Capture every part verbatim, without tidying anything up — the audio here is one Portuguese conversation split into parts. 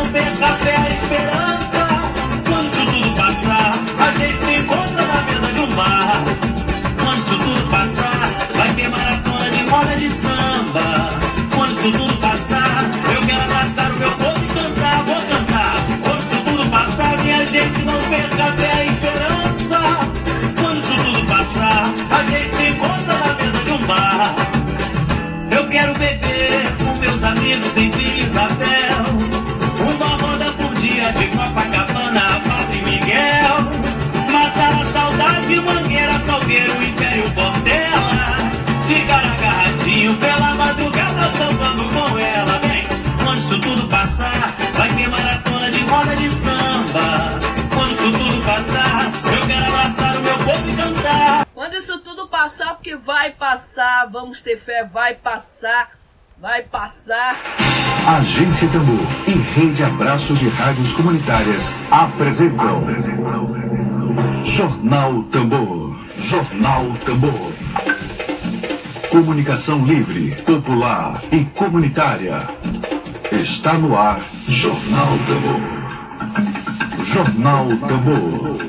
não perca a fé, a esperança. Quando isso tudo passar, a gente se encontra na mesa de um bar. Quando isso tudo passar, vai ter maratona de roda de samba. Quando isso tudo passar, eu quero abraçar o meu povo e cantar, vou cantar. Quando isso tudo passar, minha gente, não perca a fé, a esperança. Quando isso tudo passar, a gente se encontra na mesa de um bar. Eu quero beber com meus amigos em Vila Isabel, uma roda por dia de Copacabana, Padre Miguel. Matar a saudade, Mangueira, Salgueiro, Império, Portela. Ficar agarradinho pela madrugada, sambando com ela. Bem, quando isso tudo passar, vai ter maratona de roda de samba. Quando isso tudo passar, eu quero abraçar o meu povo e cantar. Quando isso tudo passar, porque vai passar, vamos ter fé, vai passar, vai passar. Agência Tambor e Rede Abraço de Rádios Comunitárias apresentam Jornal Tambor. Jornal Tambor. Comunicação livre, popular e comunitária. Está no ar Jornal Tambor. Jornal Tambor.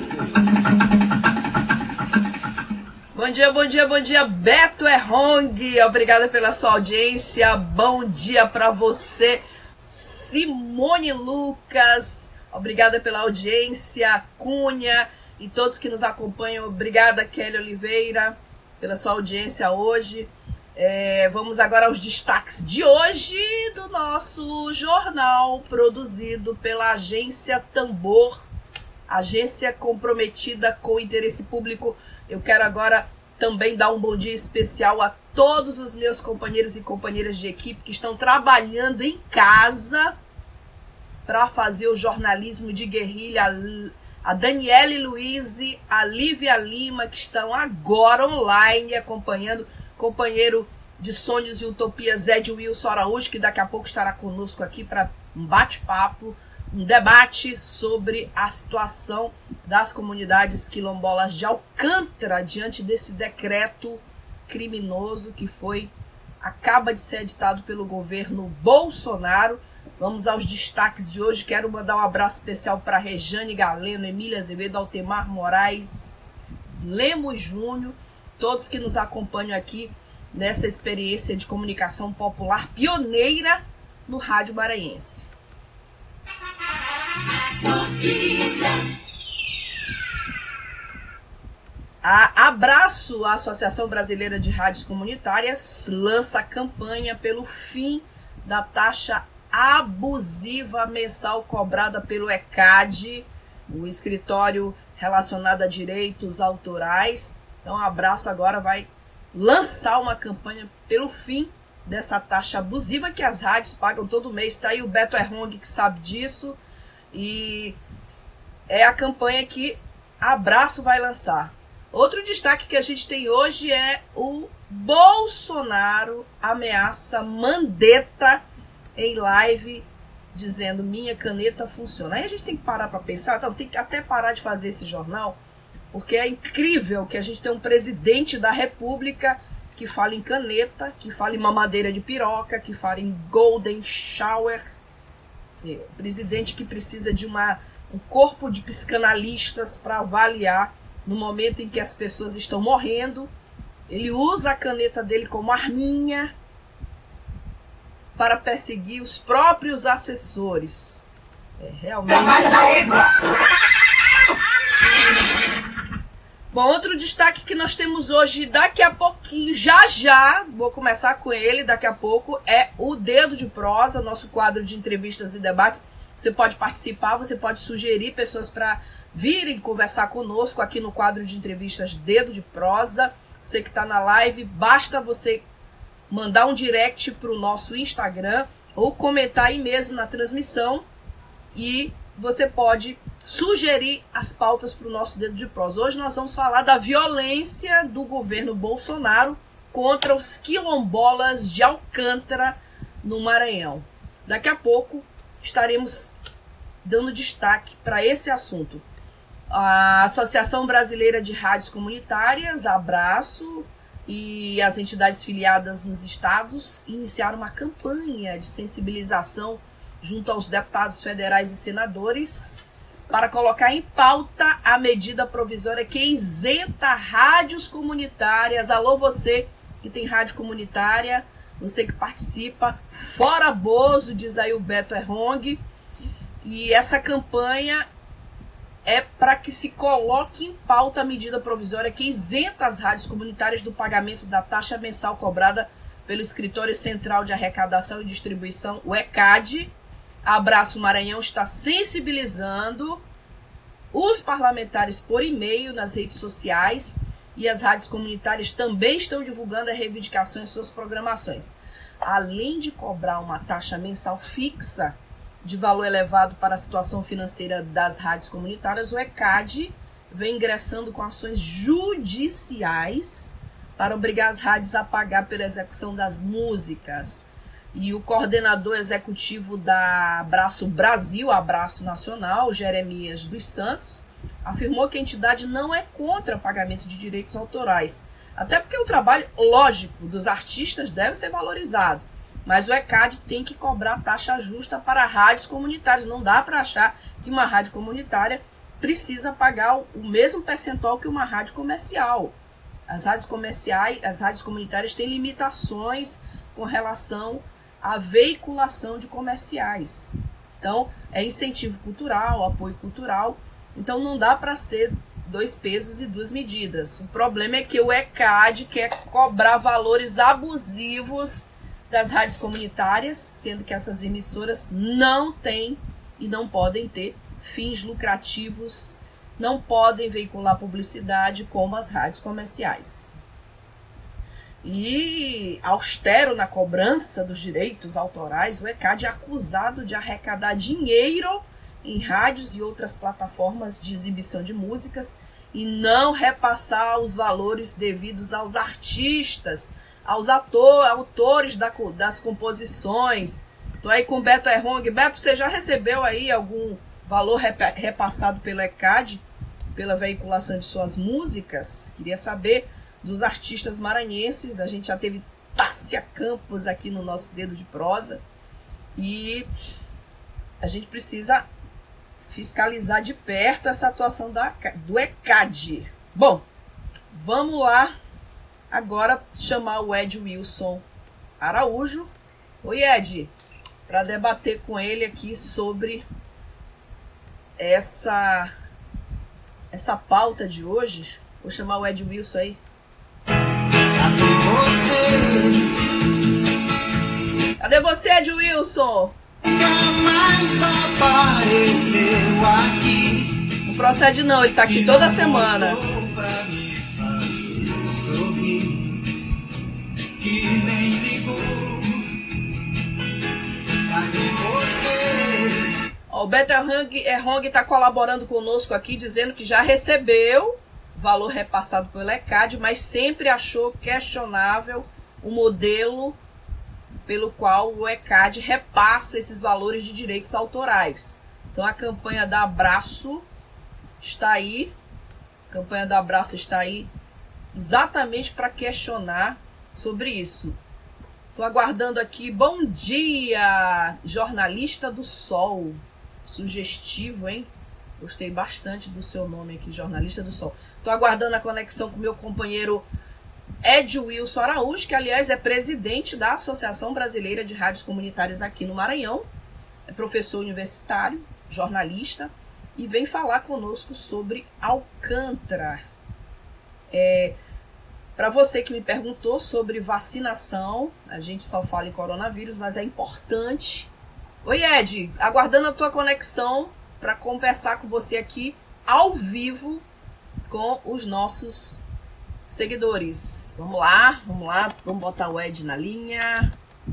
Bom dia, bom dia, bom dia, Beto Errong, obrigada pela sua audiência, bom dia para você, Simone Lucas, obrigada pela audiência, Cunha e todos que nos acompanham, obrigada, Kelly Oliveira, pela sua audiência hoje. É, vamos agora aos destaques de hoje do nosso jornal, produzido pela Agência Tambor, agência comprometida com o interesse público. Eu quero agora também dar um bom dia especial a todos os meus companheiros e companheiras de equipe que estão trabalhando em casa para fazer o jornalismo de guerrilha. A Daniele Luiz, a Lívia Lima, que estão agora online acompanhando. Companheiro de Sonhos e Utopias, Zé de Wilson Araújo, que daqui a pouco estará conosco aqui para um bate-papo, um debate sobre a situação das comunidades quilombolas de Alcântara diante desse decreto criminoso que foi acaba de ser editado pelo governo Bolsonaro. Vamos aos destaques de hoje. Quero mandar um abraço especial para Rejane Galeno, Emília Azevedo, Altemar Moraes, Lemos Júnior, todos que nos acompanham aqui nessa experiência de comunicação popular pioneira no Rádio Maranhense. Notícias. A Abraço, a Associação Brasileira de Rádios Comunitárias, lança a campanha pelo fim da taxa abusiva mensal cobrada pelo ECAD, o escritório relacionado a direitos autorais. Então, a Abraço agora vai lançar uma campanha pelo fim dessa taxa abusiva que as rádios pagam todo mês. Está aí o Beto Errong, que sabe disso. E é a campanha que a Abraço vai lançar. Outro destaque que a gente tem hoje é o Bolsonaro ameaça Mandetta em live, dizendo minha caneta funciona. Aí a gente tem que parar para pensar, então, tem que até parar de fazer esse jornal, porque é incrível que a gente tem um presidente da República que fala em caneta, que fala em mamadeira de piroca, que fala em golden shower. Dizer, o presidente que precisa de uma, um corpo de psicanalistas para avaliar no momento em que as pessoas estão morrendo. Ele usa a caneta dele como arminha para perseguir os próprios assessores. É realmente... Bom, outro destaque que nós temos hoje, daqui a pouquinho, já já, vou começar com ele, daqui a pouco, é o Dedo de Prosa, nosso quadro de entrevistas e debates. Você pode participar, você pode sugerir pessoas para virem conversar conosco aqui no quadro de entrevistas Dedo de Prosa. Você que está na live, basta você mandar um direct para o nosso Instagram ou comentar aí mesmo na transmissão e você pode sugerir as pautas para o nosso Dedo de Prosa. Hoje nós vamos falar da violência do governo Bolsonaro contra os quilombolas de Alcântara, no Maranhão. Daqui a pouco estaremos dando destaque para esse assunto. A Associação Brasileira de Rádios Comunitárias, Abraço, e as entidades filiadas nos estados iniciaram uma campanha de sensibilização junto aos deputados federais e senadores, para colocar em pauta a medida provisória que isenta rádios comunitárias. Alô, você que tem rádio comunitária, você que participa, fora Bozo, diz aí o Beto Errong. E essa campanha é para que se coloque em pauta a medida provisória que isenta as rádios comunitárias do pagamento da taxa mensal cobrada pelo Escritório Central de Arrecadação e Distribuição, o ECAD. Abraço Maranhão está sensibilizando os parlamentares por e-mail nas redes sociais, e as rádios comunitárias também estão divulgando as reivindicações em suas programações. Além de cobrar uma taxa mensal fixa de valor elevado para a situação financeira das rádios comunitárias, o ECAD vem ingressando com ações judiciais para obrigar as rádios a pagar pela execução das músicas. E o coordenador executivo da Abraço Brasil, Abraço Nacional, Jeremias dos Santos, afirmou que a entidade não é contra o pagamento de direitos autorais, até porque o trabalho, lógico, dos artistas deve ser valorizado, mas o ECAD tem que cobrar taxa justa para rádios comunitárias. Não dá para achar que uma rádio comunitária precisa pagar o mesmo percentual que uma rádio comercial. As rádios comerciais, as rádios comunitárias têm limitações com relação à veiculação de comerciais. Então, é incentivo cultural, apoio cultural. Então, não dá para ser dois pesos e duas medidas. O problema é que o ECAD quer cobrar valores abusivos das rádios comunitárias, sendo que essas emissoras não têm e não podem ter fins lucrativos, não podem veicular publicidade como as rádios comerciais. E, austero na cobrança dos direitos autorais, o ECAD é acusado de arrecadar dinheiro em rádios e outras plataformas de exibição de músicas e não repassar os valores devidos aos artistas, aos ator, autores da, das composições. Estou aí com o Beto Errong. Beto, você já recebeu aí algum valor repassado pelo ECAD, pela veiculação de suas músicas? Queria saber dos artistas maranhenses. A gente já teve Tássia Campos aqui no nosso Dedo de Prosa. E a gente precisa fiscalizar de perto essa atuação da, do ECAD. Bom, vamos lá agora chamar o Ed Wilson Araújo. Oi, Ed, para debater com ele aqui sobre essa, essa pauta de hoje. Vou chamar o Ed Wilson aí. Cadê você? Cadê você, Ed Wilson? Jamais apareceu aqui. Não procede não, ele tá aqui toda semana. Pra me fazer sorrir, que nem ligou. Cadê você? Ó, o Beto Errong está colaborando conosco aqui, dizendo que já recebeu valor repassado pelo ECAD, mas sempre achou questionável o modelo pelo qual o ECAD repassa esses valores de direitos autorais. Então a campanha da Abraço está aí, a campanha da Abraço está aí exatamente para questionar sobre isso. Estou aguardando aqui, bom dia, jornalista do Sol, sugestivo, hein? Gostei bastante do seu nome aqui, jornalista do Sol. Estou aguardando a conexão com o meu companheiro Ed Wilson Araújo, que aliás é presidente da Associação Brasileira de Rádios Comunitárias aqui no Maranhão, é professor universitário, jornalista, e vem falar conosco sobre Alcântara. É, para você que me perguntou sobre vacinação, a gente só fala em coronavírus, mas é importante. Oi, Ed, aguardando a tua conexão para conversar com você aqui ao vivo com os nossos seguidores. Vamos lá, vamos lá, vamos botar o Ed na linha.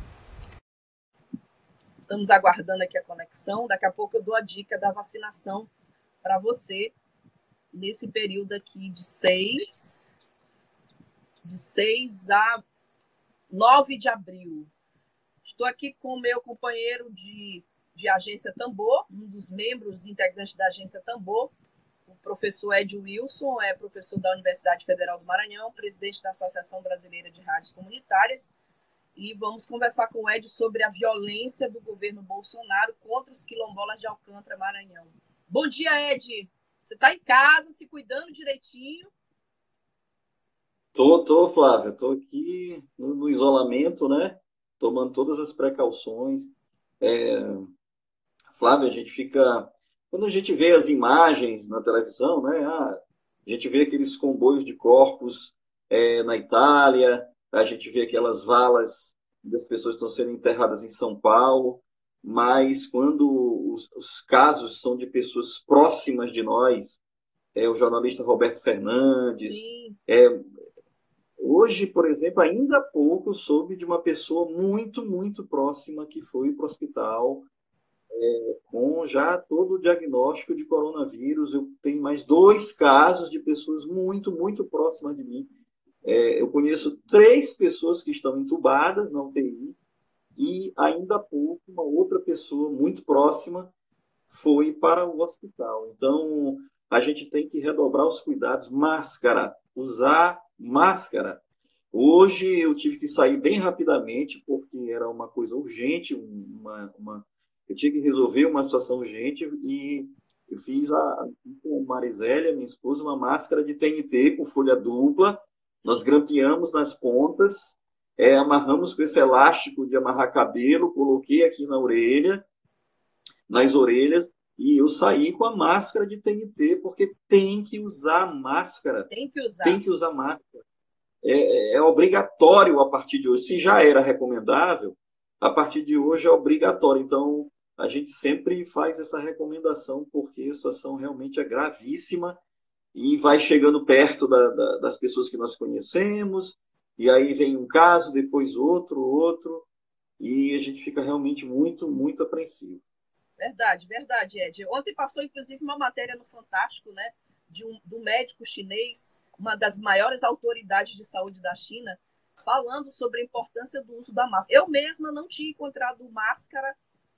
Estamos aguardando aqui a conexão. Daqui a pouco eu dou a dica da vacinação para você nesse período aqui de seis, de seis a nove de abril. Estou aqui com o meu companheiro de, de Agência Tambor, um dos membros integrantes da Agência Tambor, o professor Ed Wilson, é professor da Universidade Federal do Maranhão, presidente da Associação Brasileira de Rádios Comunitárias, e vamos conversar com o Ed sobre a violência do governo Bolsonaro contra os quilombolas de Alcântara, Maranhão. Bom dia, Ed. Você está em casa, se cuidando direitinho? Tô, tô, Flávia. Tô aqui no, no isolamento, né? Tomando todas as precauções. É, Flávia, a gente fica... Quando a gente vê as imagens na televisão, né? Ah, a gente vê aqueles comboios de corpos é, na Itália, a gente vê aquelas valas das pessoas que estão sendo enterradas em São Paulo, mas quando os, os casos são de pessoas próximas de nós, é, o jornalista Roberto Fernandes, é, hoje, por exemplo, ainda há pouco soube de uma pessoa muito, muito próxima que foi para o hospital é, com já todo o diagnóstico de coronavírus. Eu tenho mais dois casos de pessoas muito, muito próximas de mim. É, eu conheço três pessoas que estão entubadas na U T I e ainda há pouco uma outra pessoa muito próxima foi para o hospital. Então, a gente tem que redobrar os cuidados. Máscara, usar máscara. Hoje eu tive que sair bem rapidamente porque era uma coisa urgente, uma, uma... eu tinha que resolver uma situação urgente e eu fiz a, com a Marizélia, minha esposa, uma máscara de T N T com folha dupla. Nós grampeamos nas pontas, é, amarramos com esse elástico de amarrar cabelo, coloquei aqui na orelha, nas orelhas, e eu saí com a máscara de T N T, porque tem que usar máscara. Tem que usar. Tem que usar máscara. É, é obrigatório a partir de hoje. Se já era recomendável, a partir de hoje é obrigatório. Então, a gente sempre faz essa recomendação, porque a situação realmente é gravíssima e vai chegando perto da, da, das pessoas que nós conhecemos, e aí vem um caso, depois outro, outro, e a gente fica realmente muito, muito apreensivo. Verdade, verdade, Ed. Ontem passou, inclusive, uma matéria no Fantástico, né, de um, do médico chinês, uma das maiores autoridades de saúde da China, falando sobre a importância do uso da máscara. Eu mesma não tinha encontrado máscara,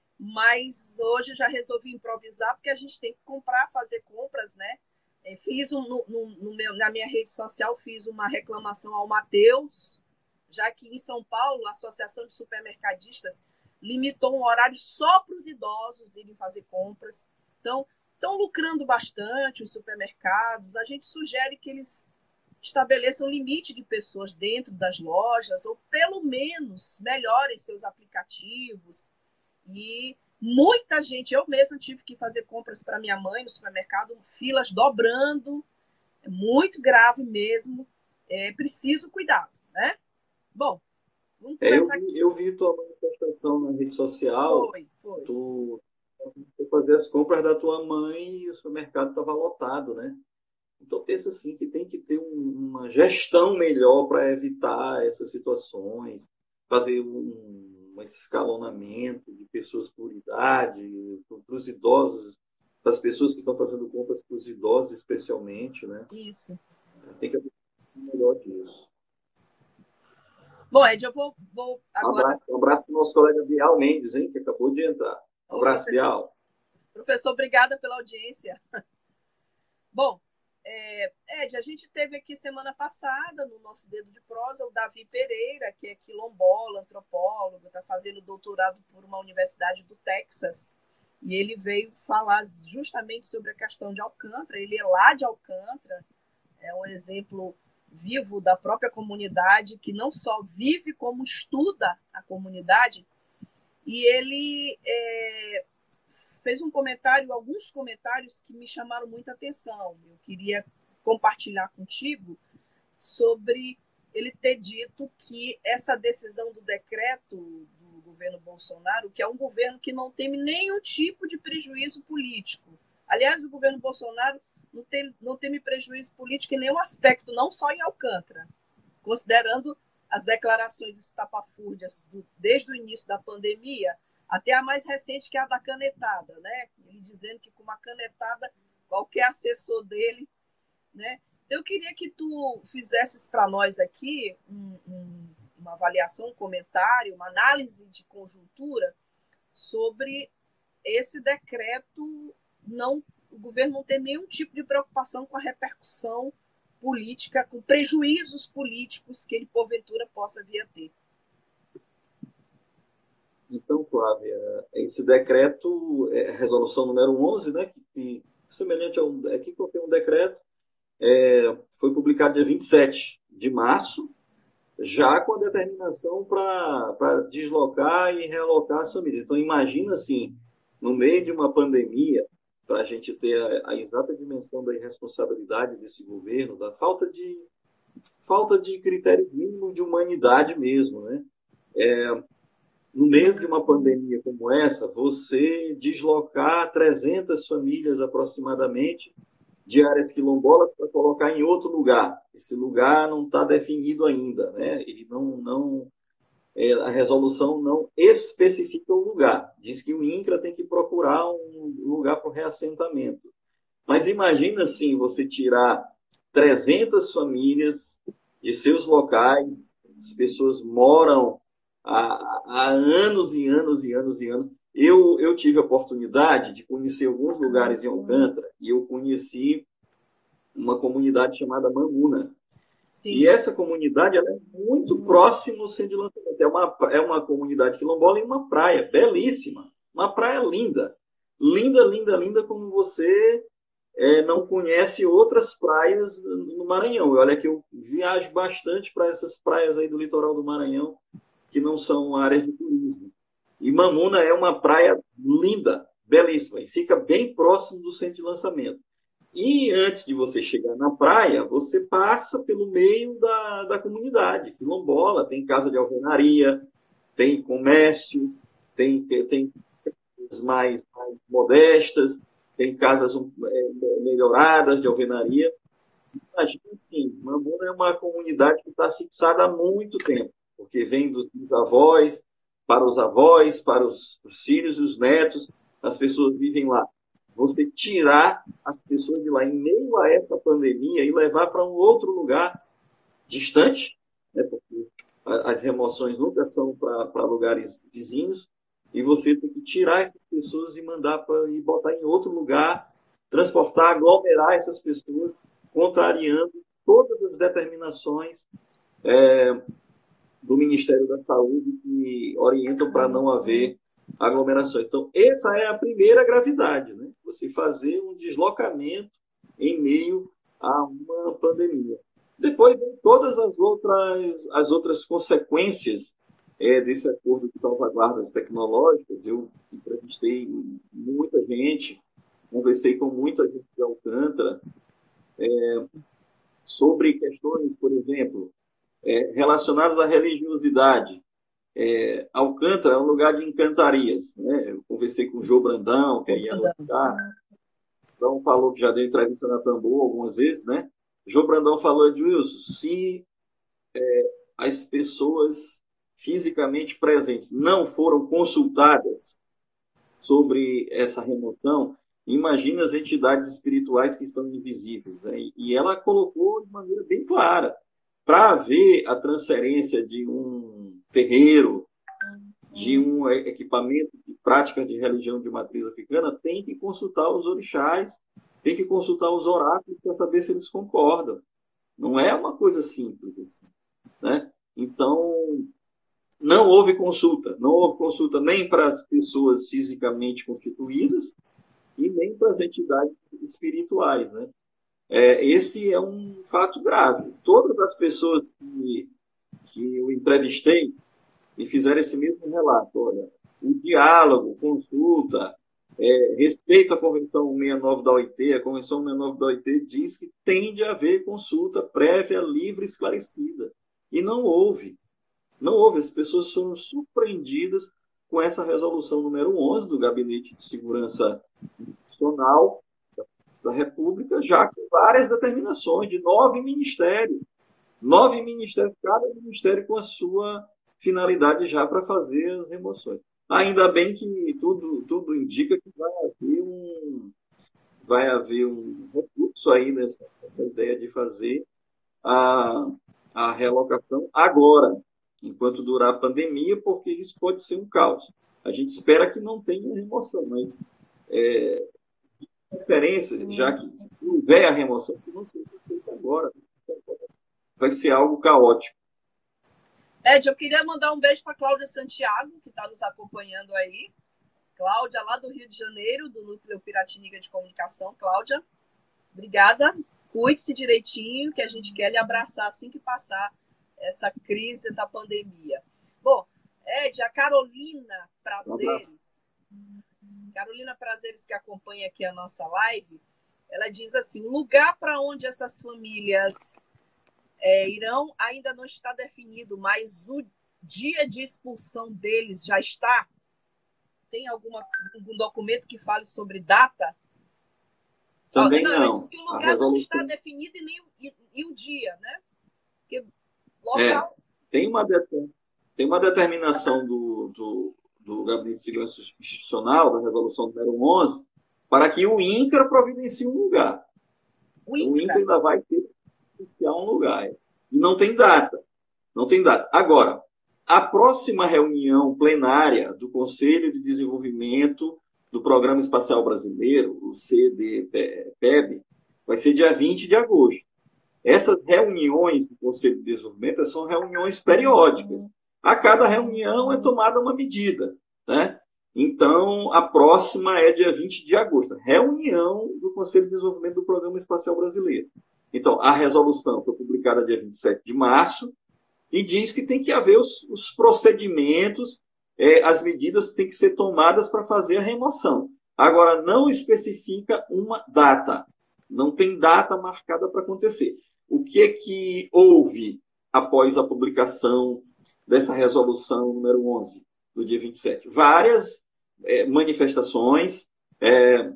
mas hoje já resolvi improvisar, porque a gente tem que comprar, fazer compras, né? Fiz um, no, no, no meu, na minha rede social, fiz uma reclamação ao Mateus, já que em São Paulo, a Associação de Supermercadistas limitou um horário só para os idosos irem fazer compras. Então, estão lucrando bastante os supermercados. A gente sugere que eles estabeleçam limite de pessoas dentro das lojas, ou pelo menos melhorem seus aplicativos. E muita gente, eu mesma tive que fazer compras para minha mãe no supermercado, filas dobrando, é muito grave mesmo, é preciso cuidado, né? Bom, vamos começar é, eu, aqui. Eu vi tua manifestação na rede social, foi, foi. Tu, tu fazer as compras da tua mãe e o supermercado estava lotado, né? Então pensa assim, que tem que ter um, uma gestão melhor para evitar essas situações, fazer um um escalonamento de pessoas por idade, para os idosos, para as pessoas que estão fazendo compras para os idosos especialmente, né? Isso. Tem que haver um melhor disso. Bom, Ed, eu vou, vou agora... Um abraço, um abraço para o nosso colega Bial Mendes, hein, que acabou de entrar. Um abraço, professor. Bial. Professor, obrigada pela audiência. Bom, É, Ed, a gente teve aqui semana passada, no nosso Dedo de Prosa, o Davi Pereira, que é quilombola, antropólogo, está fazendo doutorado por uma universidade do Texas, e ele veio falar justamente sobre a questão de Alcântara. Ele é lá de Alcântara, é um exemplo vivo da própria comunidade, que não só vive, como estuda a comunidade, e ele... É, fez um comentário, alguns comentários que me chamaram muita atenção. Eu queria compartilhar contigo sobre ele ter dito que essa decisão do decreto do governo Bolsonaro, que é um governo que não teme nenhum tipo de prejuízo político. Aliás, o governo Bolsonaro não tem, não teme prejuízo político em nenhum aspecto, não só em Alcântara, considerando as declarações estapafúrdias do, desde o início da pandemia, até a mais recente, que é a da canetada, né? Ele dizendo que com uma canetada, qualquer assessor dele, né? Eu queria que tu fizesses para nós aqui um, um, uma avaliação, um comentário, uma análise de conjuntura sobre esse decreto. Não, o governo não tem nenhum tipo de preocupação com a repercussão política, com prejuízos políticos que ele, porventura, possa vir a ter. Então, Flávia, esse decreto, é, resolução número onze, né, que, que semelhante a um, aqui coloquei um decreto, é, foi publicado dia vinte e sete de março, já com a determinação para deslocar e realocar as famílias. Então, imagina assim, no meio de uma pandemia, para a gente ter a, a exata dimensão da irresponsabilidade desse governo, da falta de, falta de critérios mínimos de humanidade mesmo, né? É, no meio de uma pandemia como essa, você deslocar trezentas famílias aproximadamente de áreas quilombolas para colocar em outro lugar. Esse lugar não está definido ainda, né? Ele não, não, é, a resolução não especifica o lugar. Diz que o INCRA tem que procurar um lugar para o reassentamento. Mas imagina assim, você tirar trezentas famílias de seus locais, as pessoas moram há, há anos e anos e anos e anos. Eu, eu tive a oportunidade de conhecer alguns lugares em Alcântara e eu conheci uma comunidade chamada Mamuna. Sim. E essa comunidade ela é muito uhum. próxima ao centro de lançamento. É uma, é uma comunidade quilombola e uma praia belíssima. Uma praia linda. Linda, linda, linda, como você é, não conhece outras praias no Maranhão. Olha que eu viajo bastante para essas praias aí do litoral do Maranhão, que não são áreas de turismo. E Mamuna é uma praia linda, belíssima, e fica bem próximo do centro de lançamento. E antes de você chegar na praia, você passa pelo meio da, da comunidade quilombola, tem casa de alvenaria, tem comércio, tem, tem casas mais, mais modestas, tem casas é, melhoradas de alvenaria. Imagina assim, Mamuna é uma comunidade que está fixada há muito tempo, porque vem dos avós, para os avós, para os, os filhos e os netos, as pessoas vivem lá. Você tirar as pessoas de lá em meio a essa pandemia e levar para um outro lugar distante, né, porque as remoções nunca são para lugares vizinhos, e você tem que tirar essas pessoas e mandar para e botar em outro lugar, transportar, aglomerar essas pessoas, contrariando todas as determinações é, do Ministério da Saúde que orientam para não haver aglomerações. Então, essa é a primeira gravidade, né? Você fazer um deslocamento em meio a uma pandemia. Depois, todas as outras, as outras consequências é, desse acordo de salvaguardas tecnológicas, eu entrevistei muita gente, conversei com muita gente de Alcântara é, sobre questões, por exemplo, É, relacionadas à religiosidade. É, Alcântara é um lugar de encantarias, né? Eu conversei com o Jô Brandão, que aí é lugar. Então, falou que já deu entrevista na Tambor algumas vezes, né? O Jô Brandão falou, Edilson, se é, as pessoas fisicamente presentes não foram consultadas sobre essa remoção, imagina as entidades espirituais que são invisíveis, né? E ela colocou de maneira bem clara. Para haver a transferência de um terreiro, de um equipamento de prática de religião de matriz africana, tem que consultar os orixás, tem que consultar os oráculos para saber se eles concordam. Não é uma coisa simples assim, né? Então, não houve consulta. Não houve consulta nem para as pessoas fisicamente constituídas e nem para as entidades espirituais, né? É, esse é um fato grave. Todas as pessoas que, que eu entrevistei me fizeram esse mesmo relato. Olha, o diálogo, consulta, é, respeito à Convenção sessenta e nove da O I T, a Convenção sessenta e nove da O I T diz que tem de haver consulta prévia, livre e esclarecida. E não houve. Não houve. As pessoas foram surpreendidas com essa resolução número onze do Gabinete de Segurança Nacional da República, já com várias determinações de nove ministérios. Nove ministérios, cada ministério com a sua finalidade já para fazer as remoções. Ainda bem que tudo, tudo indica que vai haver um, vai haver um refluxo aí nessa, nessa ideia de fazer a, a realocação agora, enquanto durar a pandemia, porque isso pode ser um caos. A gente espera que não tenha remoção, mas é, diferença, já que se houver a remoção, que não seja feita agora, vai ser algo caótico. Ed, eu queria mandar um beijo para Cláudia Santiago, que está nos acompanhando aí. Cláudia, lá do Rio de Janeiro, do Núcleo Piratininga de Comunicação. Cláudia, obrigada. Cuide-se direitinho, que a gente quer lhe abraçar assim que passar essa crise, essa pandemia. Bom, Ed, a Carolina Prazeres, Carolina Prazeres, que acompanha aqui a nossa live, ela diz assim, o lugar para onde essas famílias é, irão ainda não está definido, mas o dia de expulsão deles já está? Tem alguma, algum documento que fale sobre data? Também não. não. Ela diz que o lugar não está definido e nem e, e o dia, né? Porque local... É, tem, uma tem uma determinação do, do, do Gabinete de Segurança Institucional, da Resolução número onze, para que o INCRA providencie um lugar. O INCRA, o INCRA ainda vai ter que providenciar um lugar. Não tem data. Não tem data. Agora, a próxima reunião plenária do Conselho de Desenvolvimento do Programa Espacial Brasileiro, o C D P E B, vai ser dia vinte de agosto. Essas reuniões do Conselho de Desenvolvimento são reuniões periódicas. A cada reunião é tomada uma medida, né? Então, a próxima é dia vinte de agosto, reunião do Conselho de Desenvolvimento do Programa Espacial Brasileiro. Então, a resolução foi publicada dia vinte e sete de março, e diz que tem que haver os, os procedimentos, é, as medidas que têm que ser tomadas para fazer a remoção. Agora, não especifica uma data. Não tem data marcada para acontecer. O que é que houve após a publicação dessa resolução número onze, do dia vinte e sete? Várias é, manifestações é,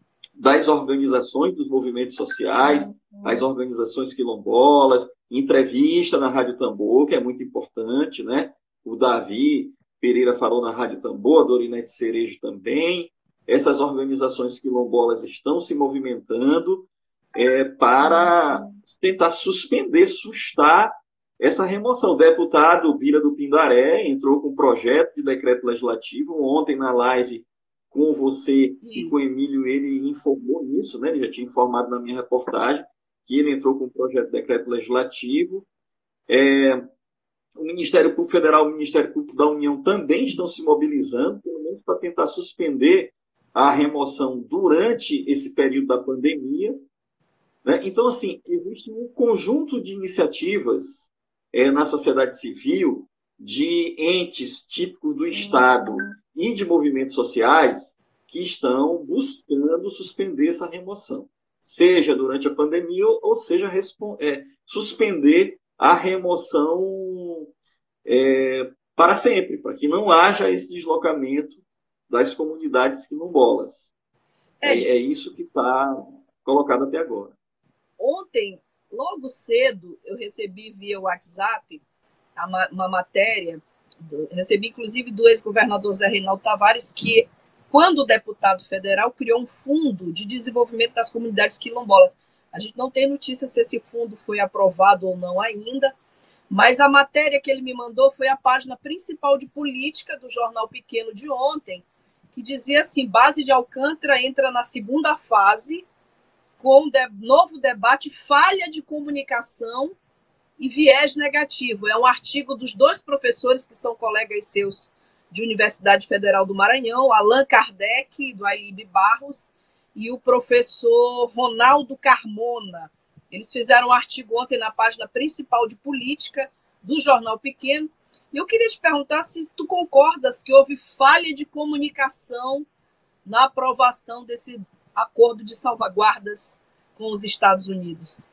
das organizações dos movimentos sociais, as organizações quilombolas, entrevista na Rádio Tambor, que é muito importante, né? O Davi Pereira falou na Rádio Tambor, a Dorinete Cerejo também. Essas organizações quilombolas estão se movimentando é, para tentar suspender, sustar essa remoção. O deputado Bira do Pindaré entrou com um projeto de decreto legislativo. Ontem, na live com você e com o Emílio, ele informou isso, né? Ele já tinha informado na minha reportagem que ele entrou com um projeto de decreto legislativo. É, o Ministério Público Federal e o Ministério Público da União também estão se mobilizando, pelo menos para tentar suspender a remoção durante esse período da pandemia. Né? Então, assim, existe um conjunto de iniciativas é, na sociedade civil, de entes típicos do Estado e de movimentos sociais que estão buscando suspender essa remoção, seja durante a pandemia ou seja é, suspender a remoção é, para sempre, para que não haja esse deslocamento das comunidades quilombolas. É, é isso que está colocado até agora. Ontem, logo cedo, eu recebi via WhatsApp uma matéria, recebi inclusive do ex-governador Zé Reinaldo Tavares, que, quando deputado federal, criou um fundo de desenvolvimento das comunidades quilombolas. A gente não tem notícia se esse fundo foi aprovado ou não ainda, mas a matéria que ele me mandou foi a página principal de política do Jornal Pequeno de ontem, que dizia assim, Base de Alcântara entra na segunda fase com de, novo debate, falha de comunicação e viés negativo. É um artigo dos dois professores que são colegas seus de Universidade Federal do Maranhão, Allan Kardec, do Ailib Barros, e o professor Ronaldo Carmona. Eles fizeram um artigo ontem na página principal de política do Jornal Pequeno. E eu queria te perguntar se tu concordas que houve falha de comunicação na aprovação desse acordo de salvaguardas com os Estados Unidos.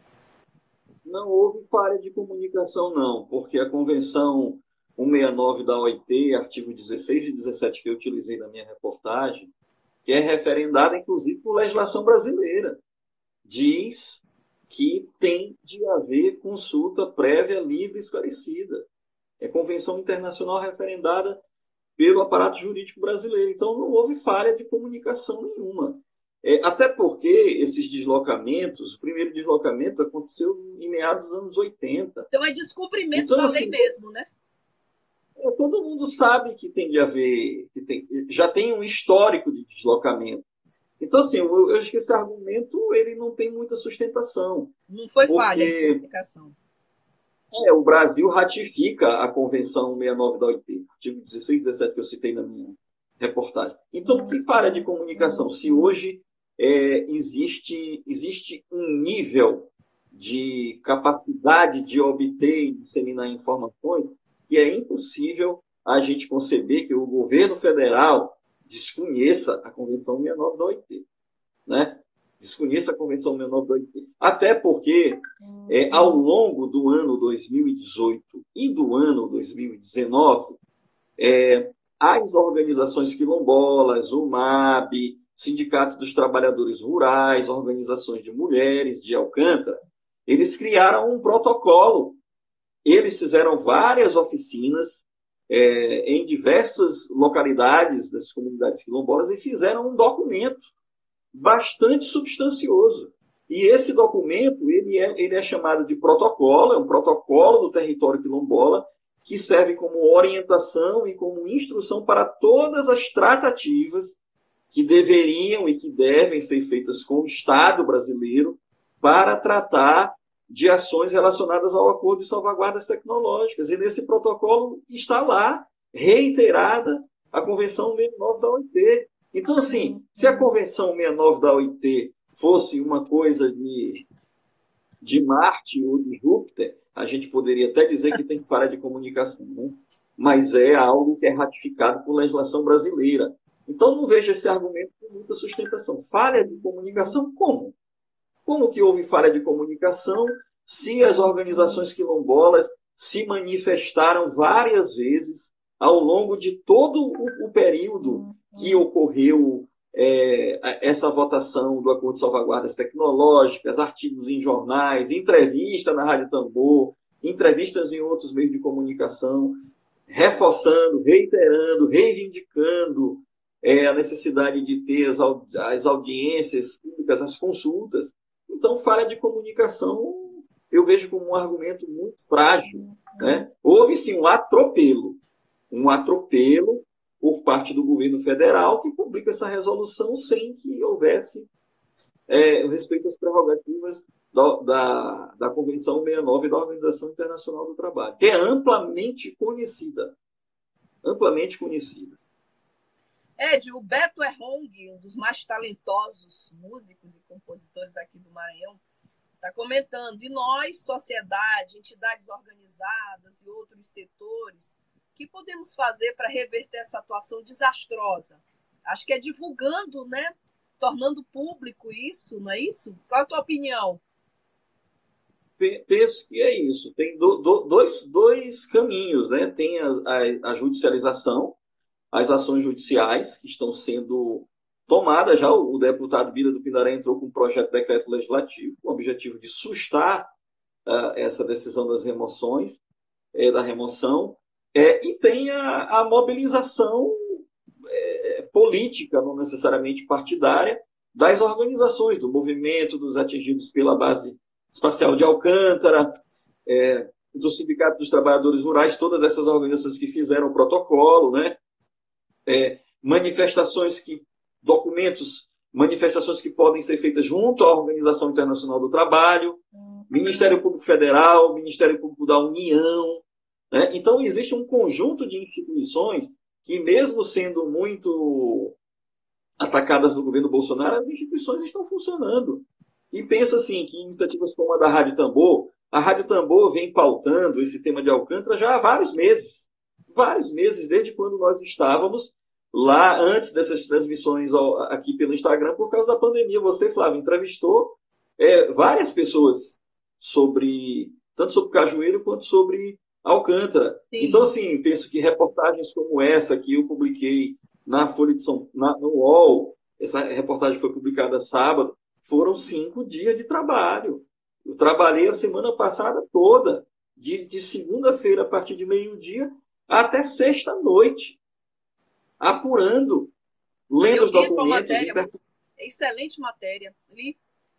Não houve falha de comunicação, não, porque a Convenção cento e sessenta e nove da O I T, artigos dezesseis e dezessete que eu utilizei na minha reportagem, que é referendada, inclusive, por legislação brasileira, diz que tem de haver consulta prévia, livre e esclarecida. É convenção internacional referendada pelo aparato jurídico brasileiro. Então, não houve falha de comunicação nenhuma. É, até porque esses deslocamentos, o primeiro deslocamento aconteceu em meados dos anos oitenta. Então, é descumprimento então, da assim, lei mesmo, né? É, todo mundo sabe que tem de haver, que tem, já tem um histórico de deslocamento. Então, assim, eu, eu acho que esse argumento ele não tem muita sustentação. Não foi porque, falha de comunicação. É, o Brasil ratifica a Convenção sessenta e nove da O I T, artigo dezesseis e dezessete que eu citei na minha reportagem. Então, que falha de comunicação? Se hoje é, existe, existe um nível de capacidade de obter e disseminar informações que é impossível a gente conceber que o governo federal desconheça a Convenção sessenta e nove da O I T, né? Desconheça a Convenção sessenta e nove da O I T. Até porque, é, ao longo do ano dois mil e dezoito e do ano dois mil e dezenove, é, as organizações quilombolas, o M A B, Sindicato dos Trabalhadores Rurais, organizações de mulheres de Alcântara, eles criaram um protocolo. Eles fizeram várias oficinas é, em diversas localidades das comunidades quilombolas e fizeram um documento bastante substancioso. E esse documento ele é, ele é chamado de protocolo, é um protocolo do território quilombola, que serve como orientação e como instrução para todas as tratativas que deveriam e que devem ser feitas com o Estado brasileiro para tratar de ações relacionadas ao Acordo de Salvaguardas Tecnológicas. E nesse protocolo está lá, reiterada, a Convenção sessenta e nove da O I T. Então, assim, se a Convenção sessenta e nove da O I T fosse uma coisa de, de Marte ou de Júpiter, a gente poderia até dizer que tem falha de comunicação, né? Mas é algo que é ratificado por legislação brasileira. Então, não vejo esse argumento com muita sustentação. Falha de comunicação, como? Como que houve falha de comunicação se as organizações quilombolas se manifestaram várias vezes ao longo de todo o, o período que ocorreu é, essa votação do Acordo de Salvaguardas Tecnológicas, artigos em jornais, entrevista na Rádio Tambor, entrevistas em outros meios de comunicação, reforçando, reiterando, reivindicando é, a necessidade de ter as, as audiências públicas, as consultas. Então, falha de comunicação eu vejo como um argumento muito frágil, né? Houve, sim, um atropelo, um atropelo por parte do governo federal que publica essa resolução sem que houvesse é, respeito às prerrogativas da, da, da Convenção sessenta e nove da Organização Internacional do Trabalho, que é amplamente conhecida. Amplamente conhecida. Ed, o Beto Errong, um dos mais talentosos músicos e compositores aqui do Maranhão, está comentando, e nós, sociedade, entidades organizadas e outros setores, o que podemos fazer para reverter essa atuação desastrosa? Acho que é divulgando, né? Tornando público isso, não é isso? Qual é a tua opinião? Penso que é isso. Tem do, do, dois, dois caminhos, né? Tem a, a, a judicialização, as ações judiciais que estão sendo tomadas já. O deputado Bira do Pindaré entrou com um projeto de decreto legislativo com o objetivo de sustar uh, essa decisão das remoções, é, da remoção, é, e tem a, a mobilização é, política, não necessariamente partidária, das organizações, do movimento, dos atingidos pela base espacial de Alcântara, é, do Sindicato dos Trabalhadores Rurais, todas essas organizações que fizeram o protocolo, né? É, manifestações que, documentos, manifestações que podem ser feitas junto à Organização Internacional do Trabalho, Ministério Público Federal, Ministério Público da União, né? Então, existe um conjunto de instituições que, mesmo sendo muito atacadas no governo Bolsonaro, as instituições estão funcionando. E penso assim, que iniciativas como a da Rádio Tambor, a Rádio Tambor vem pautando esse tema de Alcântara já há vários meses. Vários meses, desde quando nós estávamos lá, antes dessas transmissões aqui pelo Instagram, por causa da pandemia. Você, Flávio, entrevistou é, várias pessoas sobre, tanto sobre Cajueiro quanto sobre Alcântara. Sim. Então, assim, penso que reportagens como essa que eu publiquei na Folha de São na, no U O L, essa reportagem foi publicada sábado, foram cinco dias de trabalho. Eu trabalhei a semana passada toda, de, de segunda-feira, a partir de meio-dia, até sexta-noite, apurando, lendo os documentos. Matéria, inter... Excelente matéria. Li.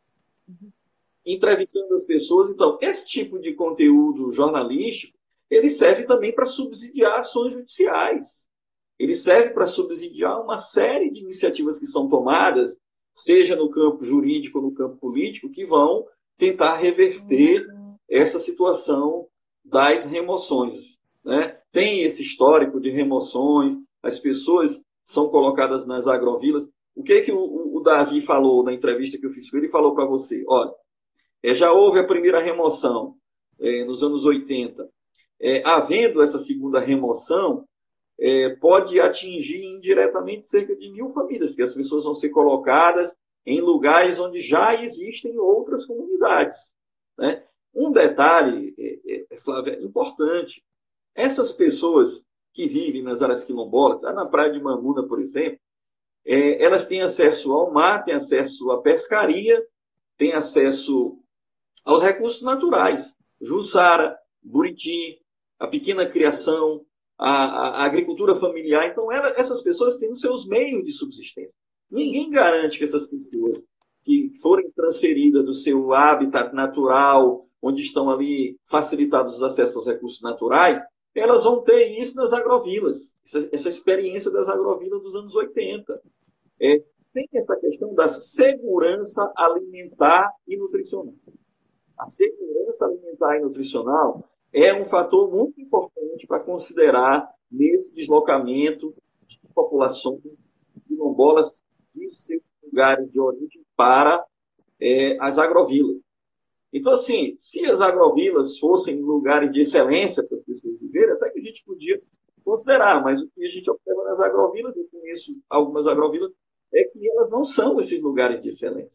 Entrevistando as pessoas. Então, esse tipo de conteúdo jornalístico, ele serve também para subsidiar ações judiciais. Ele serve para subsidiar uma série de iniciativas que são tomadas, seja no campo jurídico ou no campo político, que vão tentar reverter essa situação das remoções, né? Tem esse histórico de remoções, as pessoas são colocadas nas agrovilas. O que é que o, o Davi falou na entrevista que eu fiz com ele? Ele falou para você, olha, é, já houve a primeira remoção é, nos anos oitenta. É, havendo essa segunda remoção, é, pode atingir indiretamente cerca de mil famílias, porque as pessoas vão ser colocadas em lugares onde já existem outras comunidades, né? Um detalhe, é, é, Flávia, é importante. Essas pessoas que vivem nas áreas quilombolas, na praia de Mamuna, por exemplo, é, elas têm acesso ao mar, têm acesso à pescaria, têm acesso aos recursos naturais. Jussara, Buriti, a pequena criação, a, a, a agricultura familiar. Então, ela, essas pessoas têm os seus meios de subsistência. Ninguém garante que essas pessoas que forem transferidas do seu habitat natural, onde estão ali facilitados os acessos aos recursos naturais, elas vão ter isso nas agrovilas, essa, essa experiência das agrovilas dos anos oitenta. É, tem essa questão da segurança alimentar e nutricional. A segurança alimentar e nutricional é um fator muito importante para considerar nesse deslocamento de populações quilombolas de seus lugares de origem para é, as agrovilas. Então, assim, se as agrovilas fossem lugares de excelência para as pessoas viverem, até que a gente podia considerar, mas o que a gente observa nas agrovilas, eu conheço algumas agrovilas, é que elas não são esses lugares de excelência.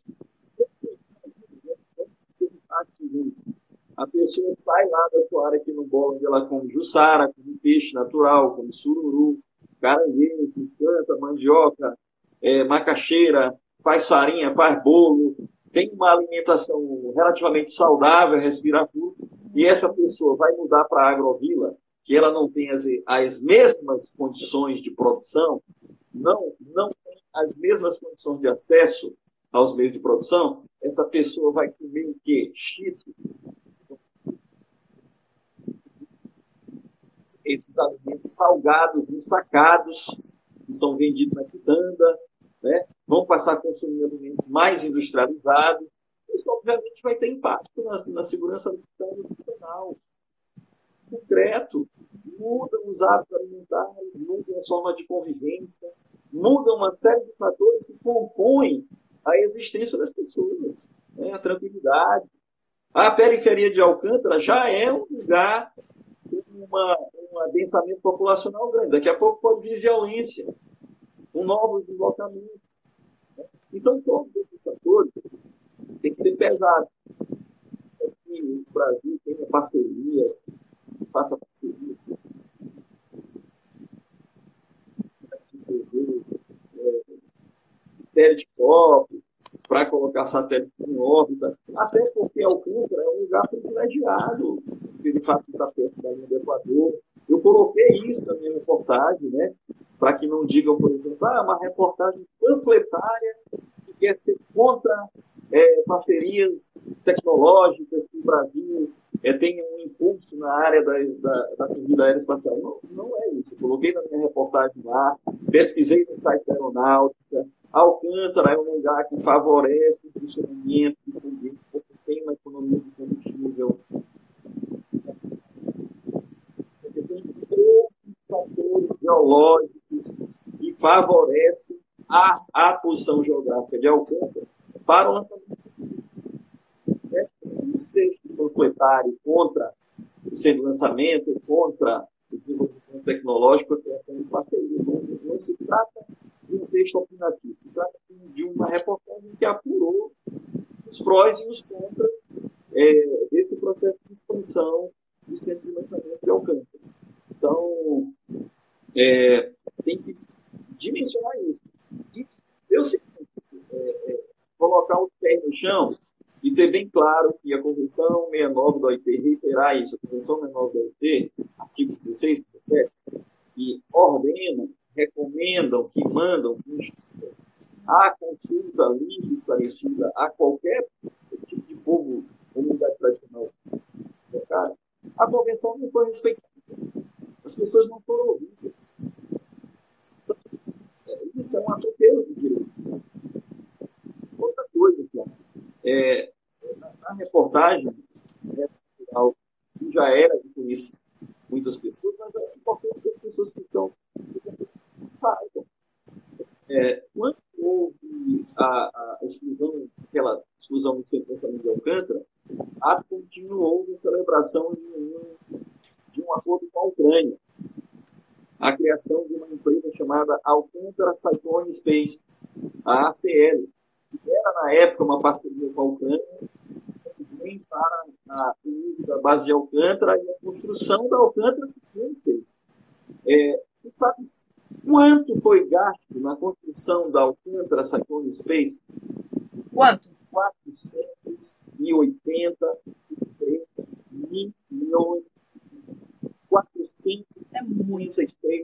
A pessoa sai lá da sua área quilombola, onde ela come jussara, come peixe natural, come sururu, caranguejo, canta, mandioca, é, macaxeira, faz farinha, faz bolo, tem uma alimentação relativamente saudável, respirar puro, e essa pessoa vai mudar para a agrovila, que ela não tem as, as mesmas condições de produção, não, não tem as mesmas condições de acesso aos meios de produção, essa pessoa vai comer o quê? Chifre. Esses alimentos salgados, ensacados, que são vendidos na quitanda, né? Vão passar a consumir alimentos mais industrializados. Isso, obviamente, vai ter impacto na, na segurança alimentar e nutricional. Concreto, mudam os hábitos alimentares, mudam a forma de convivência, mudam uma série de fatores que compõem a existência das pessoas, né? A tranquilidade. A periferia de Alcântara já é um lugar com uma, um adensamento populacional grande. Daqui a pouco pode vir violência, um novo deslocamento. Né? Então, todos esses fatores têm que ser pesados. Aqui o Brasil tem parcerias, faça parceria. Telescópio, para colocar satélite em órbita, até porque Alcântara é um lugar privilegiado, porque de fato está perto da linha do Equador. Eu coloquei isso na minha reportagem, né? Para que não digam, por exemplo, ah, uma reportagem panfletária que quer ser contra é, parcerias tecnológicas que o Brasil é, tenha um impulso na área da, da, da corrida aeroespacial. Não, não é isso. Eu coloquei na minha reportagem lá, pesquisei no site da Aeronáutica. Alcântara é um lugar que favorece o funcionamento do foguete, porque tem uma economia de combustível. Porque tem todos os fatores geológicos que favorecem a, a posição geográfica de Alcântara para o lançamento. É, os textos panfletários contra o centro de lançamento, contra o desenvolvimento tecnológico, a criação de parceria. Não, não se trata de um texto opinativo, se trata de uma reportagem que apurou os prós e os contras é, desse processo de expansão do centro de lançamento de Alcântara. Então, é, tem que dimensionar isso. E eu sei, é, é, colocar o pé no chão e ter bem claro que a Convenção sessenta e nove da O I T reiterar isso, a Convenção sessenta e nove da O I T, artigo dezesseis e dezessete, que ordena, recomendam, que mandam, que instituam a consulta livre, esclarecida a qualquer tipo de povo, comunidade tradicional. Cara, a convenção não foi respeitada. As pessoas não foram ouvidas. Então, isso é um atropelo de direito. Outra coisa, cara, é, na, na reportagem, né, que já era de pessoas que estão... É, quando houve a, a exclusão, aquela exclusão do Centro de Pensamento de Alcântara, a continuou a celebração de um, de um acordo com a Ucrânia, a criação de uma empresa chamada Alcântara Cyclone Space, a A C L, que era, na época, uma parceria com a Ucrânia, também para a, o uso da base de Alcântara e a construção da Alcântara Cyclone Space. É, sabe quanto foi gasto na construção da Alcântara Cyclone Space? Quanto? quatrocentos e oitenta e três milhões. quatrocentos É muito.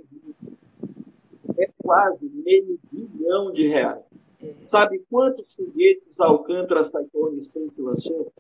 É quase meio bilhão de reais. É. Sabe quantos foguetes a Alcântara Cyclone Space lançou?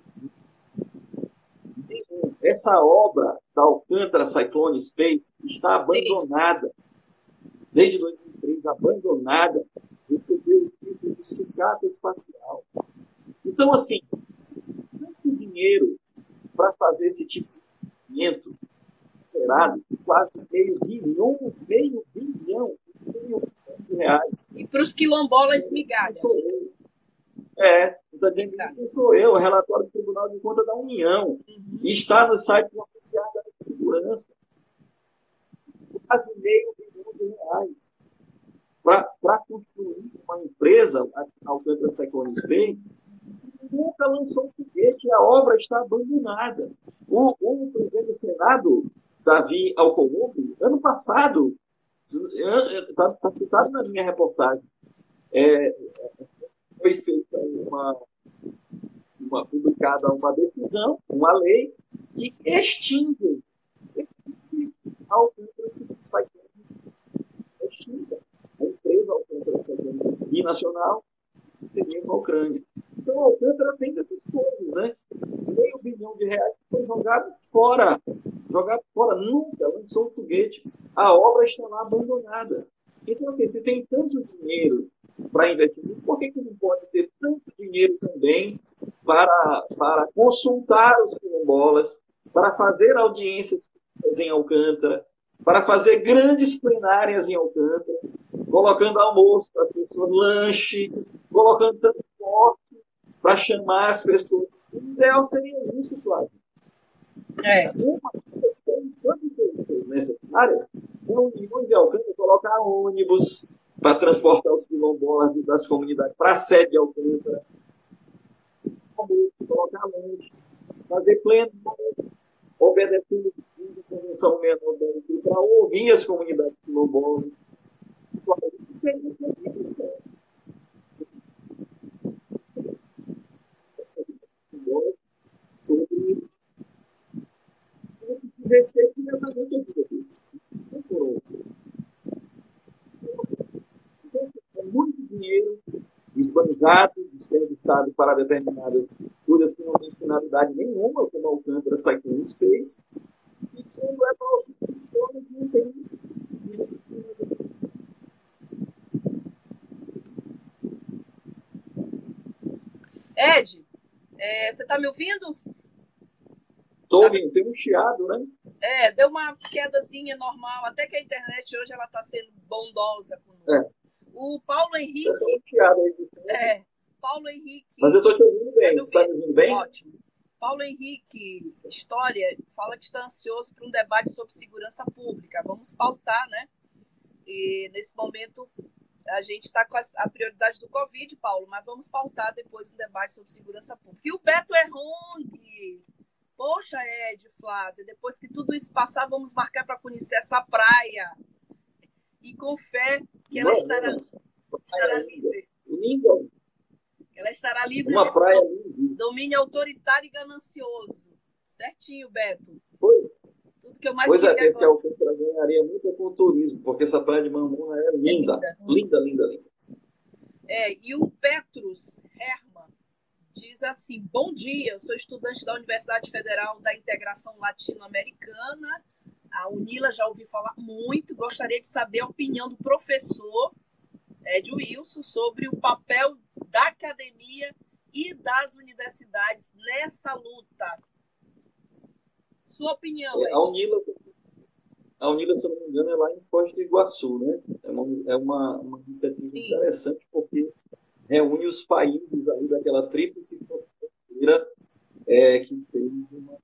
Essa obra da Alcântara Cyclone Space está abandonada. Desde dois mil e três, abandonada, recebeu o título de sucata espacial. Então, assim, se tem tanto dinheiro para fazer esse tipo de investimento, esperado, quase meio bilhão, meio bilhão, meio bilhão de reais. E para os quilombolas migalhas. É, está dizendo que não sou eu, o relatório do Tribunal de Contas da União. Uhum. E está no site oficial da Segurança. Quase meio bilhão de reais. Para construir uma empresa, a Alcântara Cyclone Space, nunca lançou um foguete, a obra está abandonada. O, o presidente do Senado, Davi Alcolumbre, ano passado, está tá citado na minha reportagem, é, foi feita uma, uma publicada uma decisão, uma lei, que extingue, extingue a Alcântara Cyclone, extingue a empresa Alcântara Cyclone binacional que teria com a Ucrânia. Então, a Alcântara tem dessas coisas, né? Meio bilhão de reais que foi jogado fora. Jogado fora. Nunca lançou um foguete. A obra está lá abandonada. Então, assim, se tem tanto dinheiro para investir, por que, que não pode ter tanto dinheiro também para, para consultar os quilombolas, para fazer audiências em Alcântara, para fazer grandes plenárias em Alcântara, colocando almoço para as pessoas, lanche, colocando transporte para chamar as pessoas. O ideal seria isso, Flávio. É. Uma coisa necessária, Uniões e Alcântara colocar ônibus para transportar os quilombolas das comunidades para a sede de Alcântara, colocar lanche, fazer pleno, obedecendo a Convenção Menor para ouvir as comunidades quilombolas. Isso seria uma sobre o que diz respeito diretamente à vida dele. É muito dinheiro esbanjado, desperdiçado para determinadas coisas que não têm finalidade nenhuma, como a Alcântara Cyclone Space, e quando é para o não tem. Ed, é, você está me ouvindo? Estou ouvindo, tem um chiado, né? É, deu uma quedazinha normal, até que a internet hoje ela está sendo bondosa conosco. É. O Paulo Henrique... Um chiado aí, é, Paulo Henrique... Mas eu estou te ouvindo bem, você está me ouvindo bem? Ótimo. Paulo Henrique, História, fala que está ansioso para um debate sobre segurança pública. Vamos pautar, né? E nesse momento... A gente está com a prioridade do Covid, Paulo, mas vamos pautar depois um debate sobre segurança pública. E o Beto Errong. Poxa, Ed, Flávia, depois que tudo isso passar, vamos marcar para conhecer essa praia. E com fé que ela estará, estará livre. Linda. Ela estará livre Uma desse praia domínio autoritário e ganancioso. Certinho, Beto. Foi. Tudo que eu mais pois é, esse agora. Alcântara ganharia muito com o turismo, porque essa praia de Mamona é linda. É linda, linda, linda, linda. É, e o Petrus Herman diz assim: bom dia, eu sou estudante da Universidade Federal da Integração Latino-Americana. A UNILA já ouvi falar muito. Gostaria de saber a opinião do professor Ed Wilson sobre o papel da academia e das universidades nessa luta. Sua opinião, Ed? A UNILA, A Unila, se eu não me engano, é lá em Foz do Iguaçu, né? É uma, é uma, uma iniciativa Sim. interessante, porque reúne os países ali daquela tríplice fronteira é, que tem uma...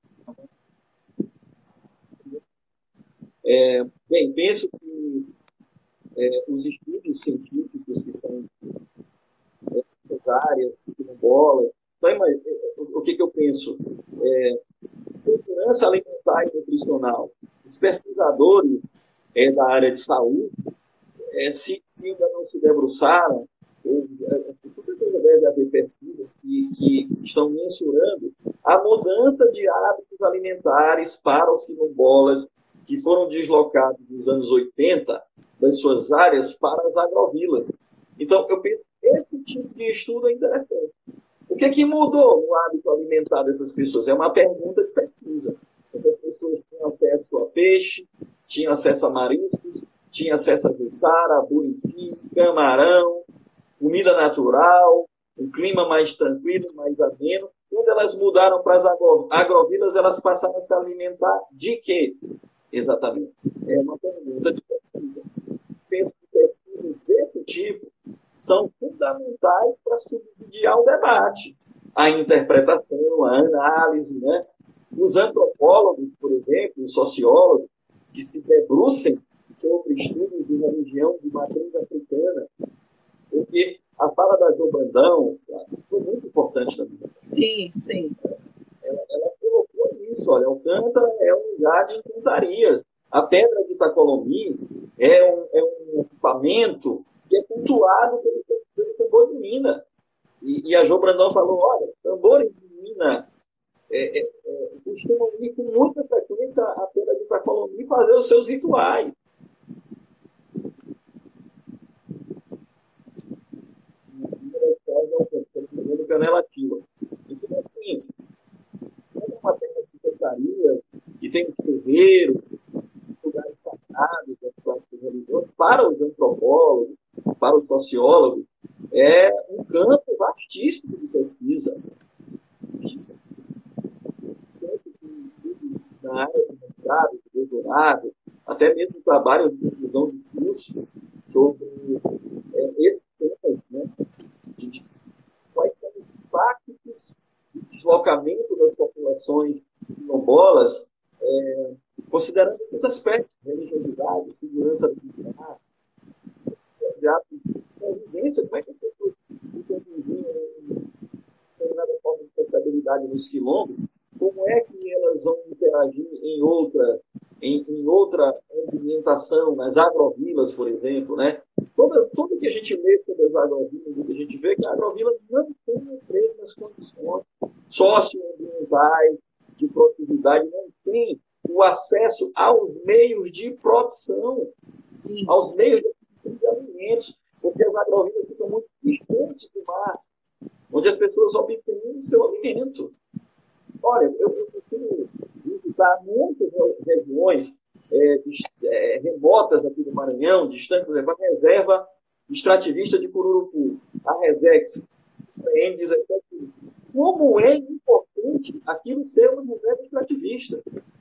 É, bem, penso que é, os estudos científicos que são é, áreas, quilombolas, então, mas, o que, que eu penso? É, segurança alimentar e nutricional. Os pesquisadores é, da área de saúde, é, se, se ainda não se debruçaram, ou, é, com certeza deve haver pesquisas que, que estão mensurando a mudança de hábitos alimentares para os quilombolas que foram deslocados nos anos oitenta das suas áreas para as agrovilas. Então, eu penso que esse tipo de estudo é interessante. O que, que mudou no hábito alimentar dessas pessoas? É uma pergunta de pesquisa. Essas pessoas tinham acesso a peixe, tinham acesso a mariscos, tinham acesso a jussara, buriti, camarão, comida natural, um clima mais tranquilo, mais ameno. Quando elas mudaram para as agrovilas, elas passaram a se alimentar de quê? Exatamente. É uma pergunta de pesquisa. Penso que pesquisas desse tipo são fundamentais para subsidiar o debate, a interpretação, a análise, né? Os antropólogos, por exemplo, os sociólogos, que se debrucem sobre estudos de religião de matriz africana, porque a fala da Jo Brandão foi muito importante também. Sim, sim. Ela, ela colocou isso, olha, Alcântara é um lugar de encantarias. A pedra de Itacolomi é um, é um equipamento que é cultuado pelo, pelo tambor de mina. E, e a Jo Brandão falou, olha, tambores de mina é, é, é, costumam ir com muita frequência à pedra de Itacolomi e fazer os seus rituais. Canela ativa. Então, assim, é uma terra de cantaria que tem um terreiro, lugares sagrados, religiosos, para os antropólogos, para os sociólogos, é um campo vastíssimo de pesquisa. Na área de mestrado, de doutorado, até mesmo trabalho de conclusão de curso sobre é, esse tema, né, de quais são os impactos do deslocamento das populações quilombolas, é, considerando esses aspectos, religiosidade, segurança alimentar, convivência, como é que as pessoas conviviam em determinada forma de sociabilidade nos quilombos, como é que elas vão interagir em outra, em, em outra ambientação, nas agrovilas, por exemplo, né? Todas, tudo que a gente lê sobre as agrovilas, a gente vê que a agrovila não tem as mesmas condições socioambientais, de produtividade, não tem o acesso aos meios de produção, Sim. aos meios de alimentos, porque as agrovilas ficam muito distantes do mar, onde as pessoas obtêm o seu alimento. Olha, eu, eu costumo visitar muitas regiões é, é, remotas aqui do Maranhão, distantes, por exemplo, a reserva extrativista de Cururupu, a Resex, em dezessete. Como é importante aquilo ser uma reserva extrativista?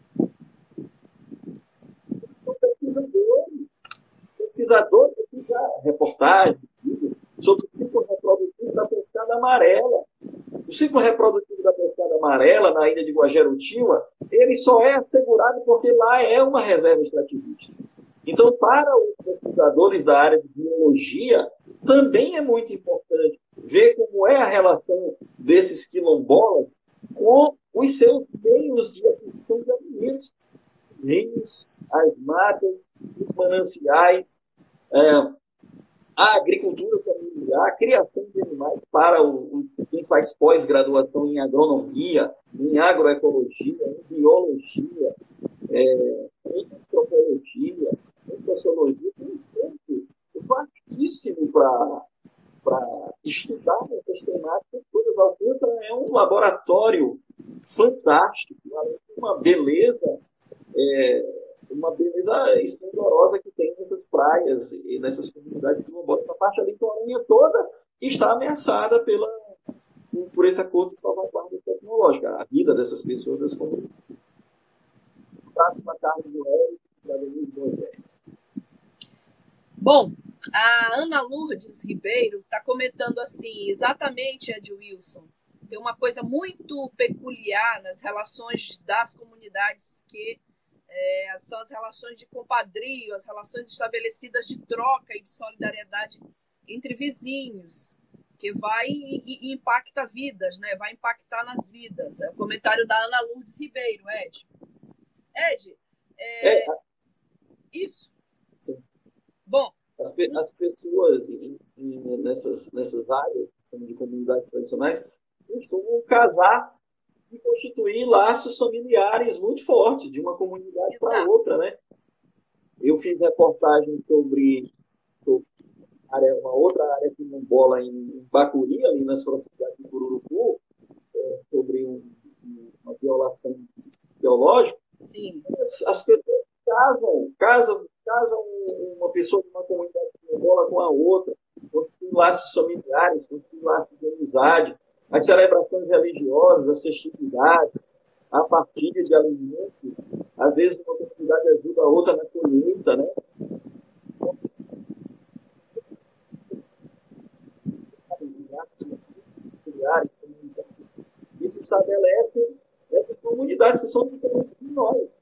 Então, pesquisadores, pesquisadores que fizeram reportagem sobre o ciclo reprodutivo da pescada amarela. O ciclo reprodutivo da pescada amarela na ilha de Guajerutiba, ele só é assegurado porque lá é uma reserva extrativista. Então, para os pesquisadores da área de biologia, também é muito importante ver como é a relação desses quilombolas com os seus meios de aquisição de alimentos, os rios, as matas, os mananciais, é, a agricultura familiar, a criação de animais para o, o, quem faz pós-graduação em agronomia, em agroecologia, em biologia, é, em antropologia, em sociologia, tem um tempo vastíssimo para estudar essas temáticas todas. Alcântara é um laboratório fantástico, uma beleza, é, uma beleza esplendorosa que tem nessas praias e nessas comunidades quilombolas. Essa faixa litorânea toda está ameaçada pela, por esse acordo de salvaguarda tecnológica. A vida dessas pessoas, das comunidades. Uma carne do Eric, para Denise Boisé. Bom, a Ana Lourdes Ribeiro está comentando assim, exatamente, Ed Wilson, tem uma coisa muito peculiar nas relações das comunidades que é, são as relações de compadrio, as relações estabelecidas de troca e de solidariedade entre vizinhos, que vai e, e impacta vidas, né? Vai impactar nas vidas. É o comentário da Ana Lourdes Ribeiro, Ed. Ed, é, é, isso. Sim. Bom, as, pe as pessoas em, em, nessas, nessas áreas de comunidades tradicionais costumam casar e constituir laços familiares muito fortes de uma comunidade para outra, né? Eu fiz reportagem sobre, sobre área, uma outra área quilombola em Bacuri, ali nas proximidades de Cururupu, é, sobre um, uma violação teológica. Sim. As, as pessoas casam, casam, casam uma pessoa de uma comunidade quilombola com a outra, constituem laços familiares, constituem laços de amizade, as celebrações religiosas, as festividades, a partilha de alimentos, às vezes uma comunidade ajuda a outra na colheita, né? Isso estabelece essas comunidades que são diferentes de nós.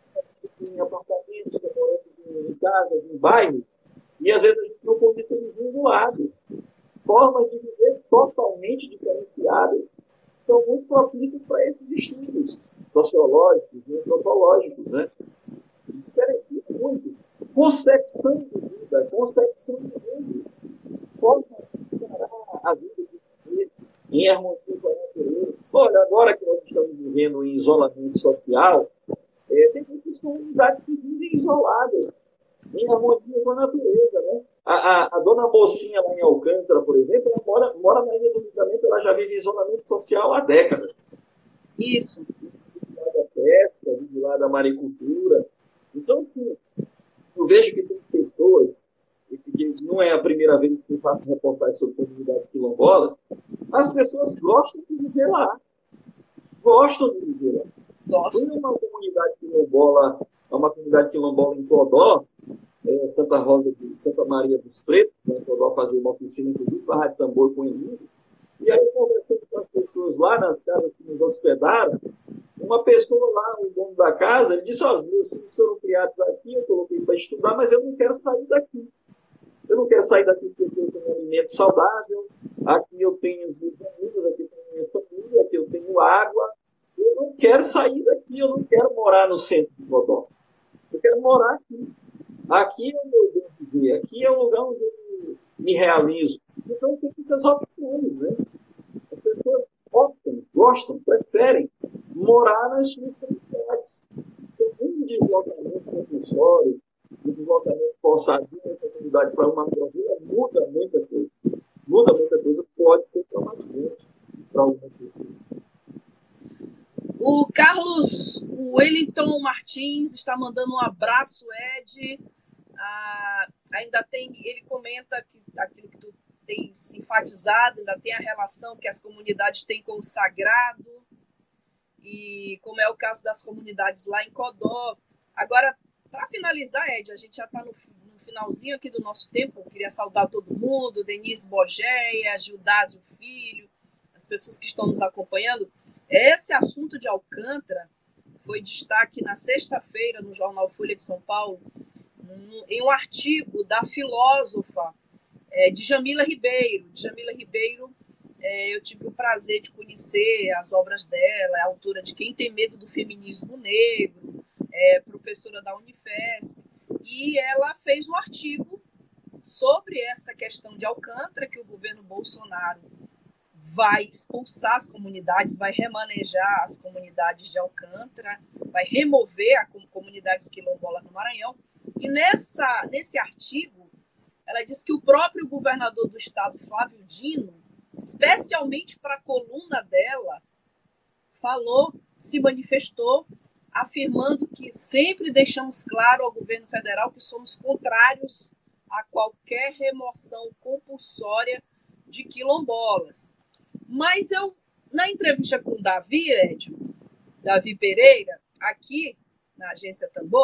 Em apartamentos, em casas, em bairros, e às vezes a gente não conhece o vizinho do lado. Formas de viver totalmente diferenciadas são muito propícias para esses estudos sociológicos e antropológicos, né? Diferencia muito. Concepção de vida, concepção de mundo, forma de encarar a vida de viver em harmonia com a natureza. Olha, agora que nós estamos vivendo em isolamento social, é, tem muitas comunidades que vivem isoladas, em harmonia com a natureza, né? A, a, a dona Mocinha lá em Alcântara, por exemplo, ela mora, mora na Ilha do Livramento, ela já vive em isolamento social há décadas. Isso. Vive lá da pesca, vive lá da maricultura. Então, assim, eu vejo que tem pessoas, que não é a primeira vez que eu faço reportagem sobre comunidades quilombolas, as pessoas gostam de viver lá. Gostam de viver lá. Fui uma comunidade quilombola, uma comunidade quilombola em Codó, é, Santa Rosa de Santa Maria dos Pretos, né, em Codó, fazer uma oficina, inclusive, para a Rádio Tambor com ele. E aí, conversando com as pessoas lá nas casas que nos hospedaram, uma pessoa lá, o dono da casa, ele disse: ó, os meus filhos foram criados aqui, eu coloquei para estudar, mas eu não quero sair daqui. Eu não quero sair daqui porque eu tenho um alimento saudável, aqui eu tenho os meus amigos, aqui eu tenho minha família, aqui eu tenho água. Eu não quero sair daqui, eu não quero morar no centro de Codó. Eu quero morar aqui. Aqui é o meu bem viver, aqui é o lugar onde eu me realizo. Então tem essas opções, né? As pessoas optam, gostam, preferem morar nas suas comunidades. Tem muito deslocamento compulsório, deslocamento forçadinho na comunidade para uma fronteira, muda muita coisa. Muda muita coisa, pode ser traumatizante para alguma pessoa. O Carlos Wellington Martins está mandando um abraço, Ed. Ah, ainda tem, ele comenta que aquilo que tu tem se enfatizado, ainda tem a relação que as comunidades têm com o sagrado, e como é o caso das comunidades lá em Codó. Agora, para finalizar, Ed, a gente já está no, no finalzinho aqui do nosso tempo. Eu queria saudar todo mundo, Denise Bogeia, Gildásio Filho, as pessoas que estão nos acompanhando. Esse assunto de Alcântara foi destaque na sexta-feira no jornal Folha de São Paulo, em um artigo da filósofa é, Djamila Ribeiro. Djamila Ribeiro, é, eu tive o prazer de conhecer as obras dela, é autora de Quem Tem Medo do Feminismo Negro, é professora da Unifesp, e ela fez um artigo sobre essa questão de Alcântara, que o governo Bolsonaro vai expulsar as comunidades, vai remanejar as comunidades de Alcântara, vai remover as comunidades quilombolas no Maranhão. E nessa, nesse artigo, ela diz que o próprio governador do estado, Flávio Dino, especialmente para a coluna dela, falou, se manifestou, afirmando que sempre deixamos claro ao governo federal que somos contrários a qualquer remoção compulsória de quilombolas. Mas eu, na entrevista com o Davi, Ed, Davi Pereira, aqui na Agência Tambor,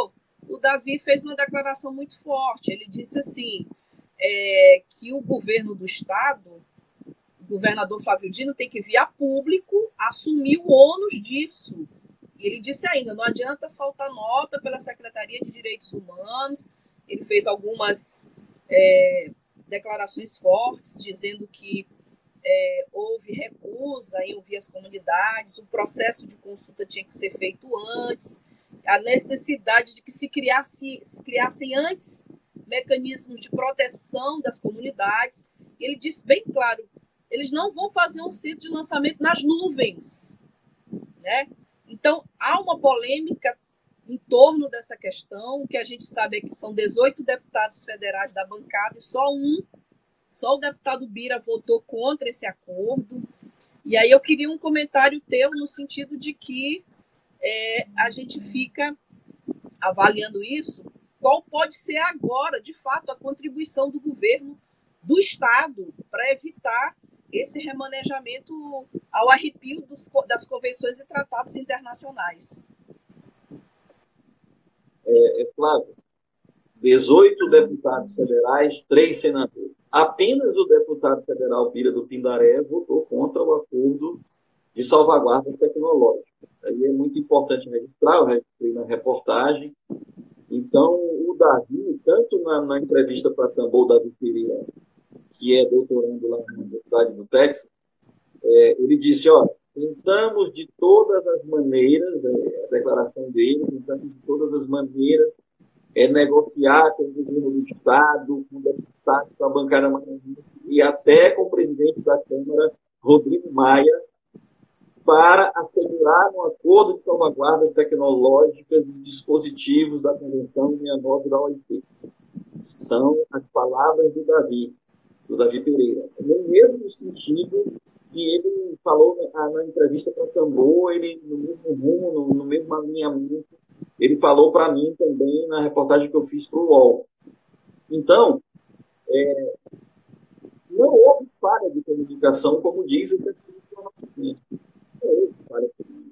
o Davi fez uma declaração muito forte. Ele disse assim, é, que o governo do Estado, o governador Flávio Dino, tem que vir a público assumir o ônus disso. E ele disse ainda, não adianta soltar nota pela Secretaria de Direitos Humanos. Ele fez algumas é, declarações fortes, dizendo que é, houve recusa em ouvir as comunidades, o processo de consulta tinha que ser feito antes, a necessidade de que se, criasse, se criassem antes mecanismos de proteção das comunidades. E ele disse bem claro, eles não vão fazer um centro de lançamento nas nuvens, né? Então, há uma polêmica em torno dessa questão. O que a gente sabe é que são dezoito deputados federais da bancada e só um, só o deputado Bira votou contra esse acordo. E aí eu queria um comentário teu no sentido de que é, a gente fica avaliando isso, qual pode ser agora, de fato, a contribuição do governo do Estado para evitar esse remanejamento ao arrepio dos, das convenções e tratados internacionais. É, é Flávio, dezoito deputados federais, três senadores. Apenas o deputado federal Bira do Pindaré votou contra o acordo de salvaguardas tecnológicas. Aí é muito importante registrar, eu registrei na reportagem. Então, o Davi, tanto na, na entrevista para Tambor, Davi Pereira, que é doutorando lá na Universidade do Texas, é, ele disse, olha, tentamos de todas as maneiras, é, a declaração dele, tentamos de todas as maneiras é, negociar com o governo do Estado, com o deputado, com a bancada maranhense e até com o presidente da Câmara, Rodrigo Maia, para assegurar um acordo de salvaguardas tecnológicas de dispositivos da Convenção sessenta e nove da O I T. São as palavras do Davi, do Davi Pereira. No mesmo sentido que ele falou na, na entrevista para o Tambor, ele, no mesmo rumo, no, no mesmo alinhamento, ele falou para mim também na reportagem que eu fiz para o U O L. Então, é, não houve falha de comunicação, como diz esse artigo. Não houve falha de comunicação.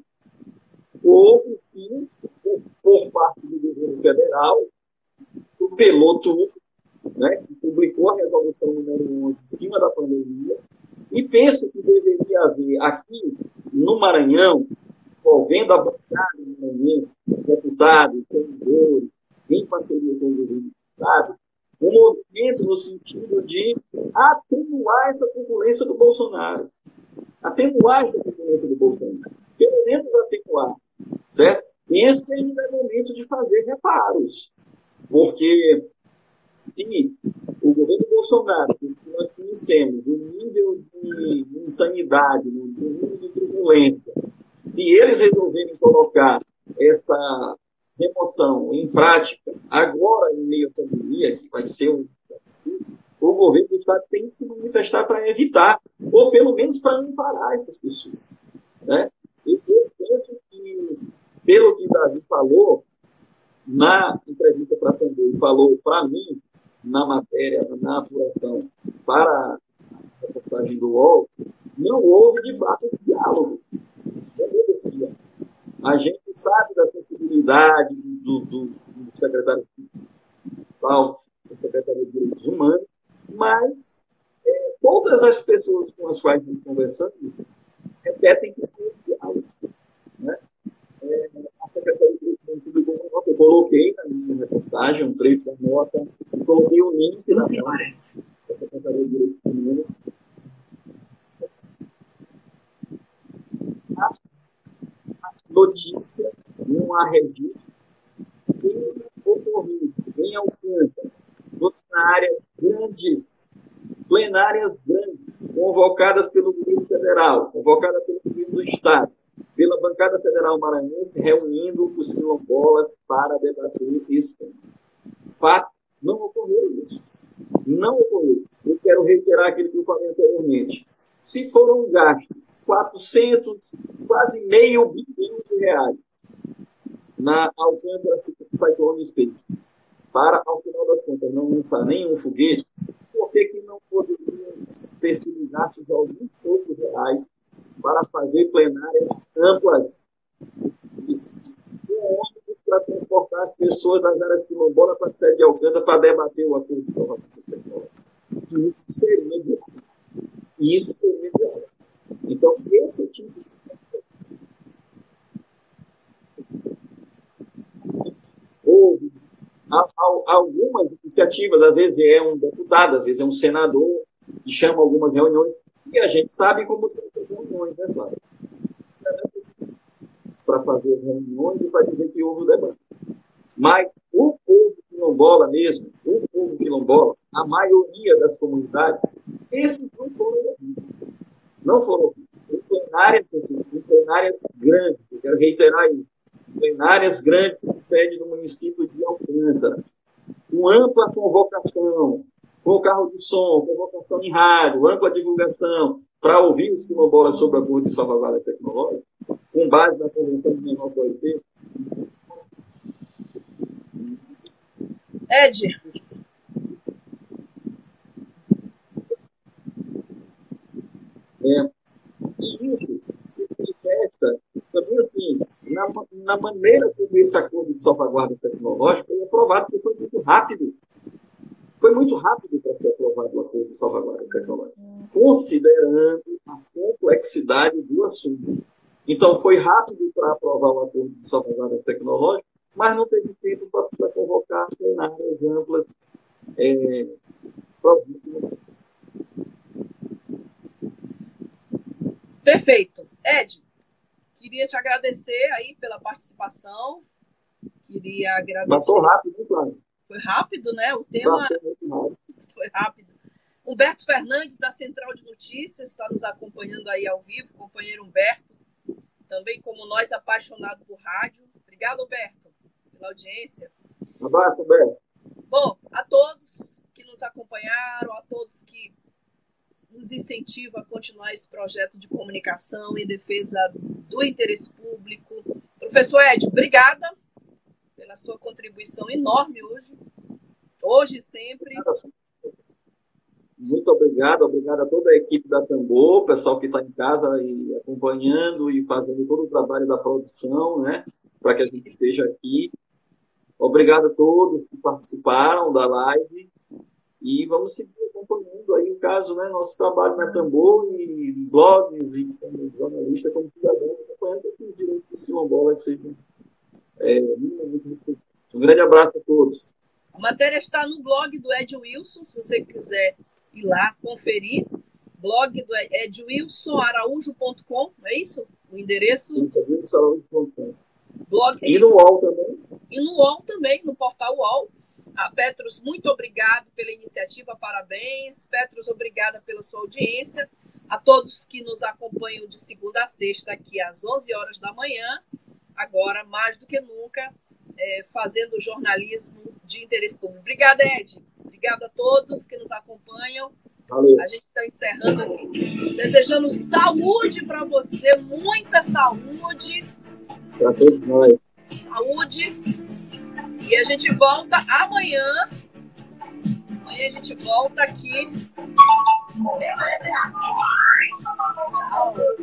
Houve, sim, por, por parte do governo federal, o piloto, né, que publicou a resolução número um em cima da pandemia, e penso que deveria haver aqui no Maranhão, envolvendo a bancada do Maranhão, deputados, senadores, em parceria com o governo do Estado, um movimento no sentido de atenuar essa turbulência do Bolsonaro. Atenuar essa turbulência do Bolsonaro. Pelo menos atenuar, certo? Penso que ainda é momento de fazer reparos, porque se o governo Bolsonaro, que nós conhecemos, o nível de insanidade, o nível de turbulência, se eles resolverem colocar essa remoção em prática, agora em meio à pandemia, que vai ser um assim, o governo do Estado tem que se manifestar para evitar, ou pelo menos para amparar essas pessoas. Né? E eu penso que, pelo que o Davi falou, na entrevista para Tambor, falou para mim, na matéria, na apuração, para a reportagem do U O L, não houve, de fato, diálogo. A gente sabe da sensibilidade do, do, do secretário principal, do secretário de Direitos Humanos, mas é, todas as pessoas com as quais estamos conversando repetem que foi diálogo. Né? É, a Secretaria de Direitos Humanos publicou uma nota, eu coloquei na minha reportagem um trecho da nota, e coloquei o link da nota da Secretaria de Direitos Humanos. Notícia, não há registro, tem ocorrido em Alcântara, plenárias grandes, plenárias grandes, convocadas pelo governo federal, convocadas pelo governo do Estado, pela bancada federal maranhense, reunindo os quilombolas para debater esse tema. Fato, não ocorreu isso. Não ocorreu. Eu quero reiterar aquilo que eu falei anteriormente. Se foram gastos quatrocentos, quase meio bilhão de reais na Alcântara Cyclone Space, para, ao final das contas, não lançar nenhum foguete, por que que não poderíamos ter sido gastos alguns poucos reais para fazer plenárias amplas? Isso. Com ônibus para transportar as pessoas das áreas quilombolas para a sede de Alcântara para debater o acordo de salvaguarda tecnológica. E isso seria diálogo. E isso seria diálogo. Então, esse tipo de houve algumas iniciativas, às vezes é um deputado, às vezes é um senador, que chama algumas reuniões, e a gente sabe como são as reuniões, né, claro? Para fazer reuniões e para dizer que houve o debate. Mas o povo quilombola mesmo, o povo quilombola, a maioria das comunidades, esses não foram ouvidos. Não foram ouvidos. Em plenárias, em plenárias grandes, eu quero reiterar isso, plenárias grandes com sede no município de Alcântara, com ampla convocação, com carro de som, convocação em rádio, ampla divulgação, para ouvir os quilombolas sobre o acordo de salvaguarda tecnológica, com base na Convenção de mil novecentos e oitenta. Ed. É, e isso se manifesta também assim, na, na maneira como esse acordo de salvaguarda tecnológica foi aprovado, porque foi muito rápido. Foi muito rápido para ser aprovado o acordo de salvaguarda tecnológica, considerando a complexidade do assunto. Então, foi rápido para aprovar o acordo de salvaguarda tecnológica, mas não teve tempo para convocar plenárias amplas. É, Perfeito. Ed, queria te agradecer aí pela participação. Queria agradecer. Passou rápido, hein, Flávio? Foi rápido, né? O tema foi rápido. Humberto Fernandes, da Central de Notícias, está nos acompanhando aí ao vivo. Companheiro Humberto, também como nós, apaixonado por rádio. Obrigado, Humberto, pela audiência. Um abraço, Humberto. Bom, a todos que nos acompanharam, a todos que nos incentivam a continuar esse projeto de comunicação em defesa do interesse público. Professor Ed, obrigada pela sua contribuição enorme hoje. Hoje e sempre. Muito obrigado, obrigado a toda a equipe da Tambor, o pessoal que está em casa e acompanhando e fazendo todo o trabalho da produção, né, para que a gente esteja aqui. Obrigado a todos que participaram da live e vamos seguir acompanhando aí o caso, né, nosso trabalho na Tambor e blogs e como jornalista, como cidadão, acompanhando que os direitos dos quilombolas sejam é, muito. Um grande abraço a todos. A matéria está no blog do Ed Wilson, se você quiser ir lá conferir. Blog do ed wilson araújo ponto com, não é isso? O endereço? ed wilson araújo ponto com. Blog e no U O L também. E no U O L também, no portal U O L. A Petros, muito obrigado pela iniciativa, parabéns. Petros, obrigada pela sua audiência. A todos que nos acompanham de segunda a sexta, aqui às onze horas da manhã, agora, mais do que nunca, é, fazendo jornalismo de interesse público. Obrigada, Ed. Obrigada a todos que nos acompanham. Valeu. A gente está encerrando aqui. Desejando saúde para você, muita saúde. Para todos nós. Saúde. E a gente volta amanhã. Amanhã a gente volta aqui. Tchau.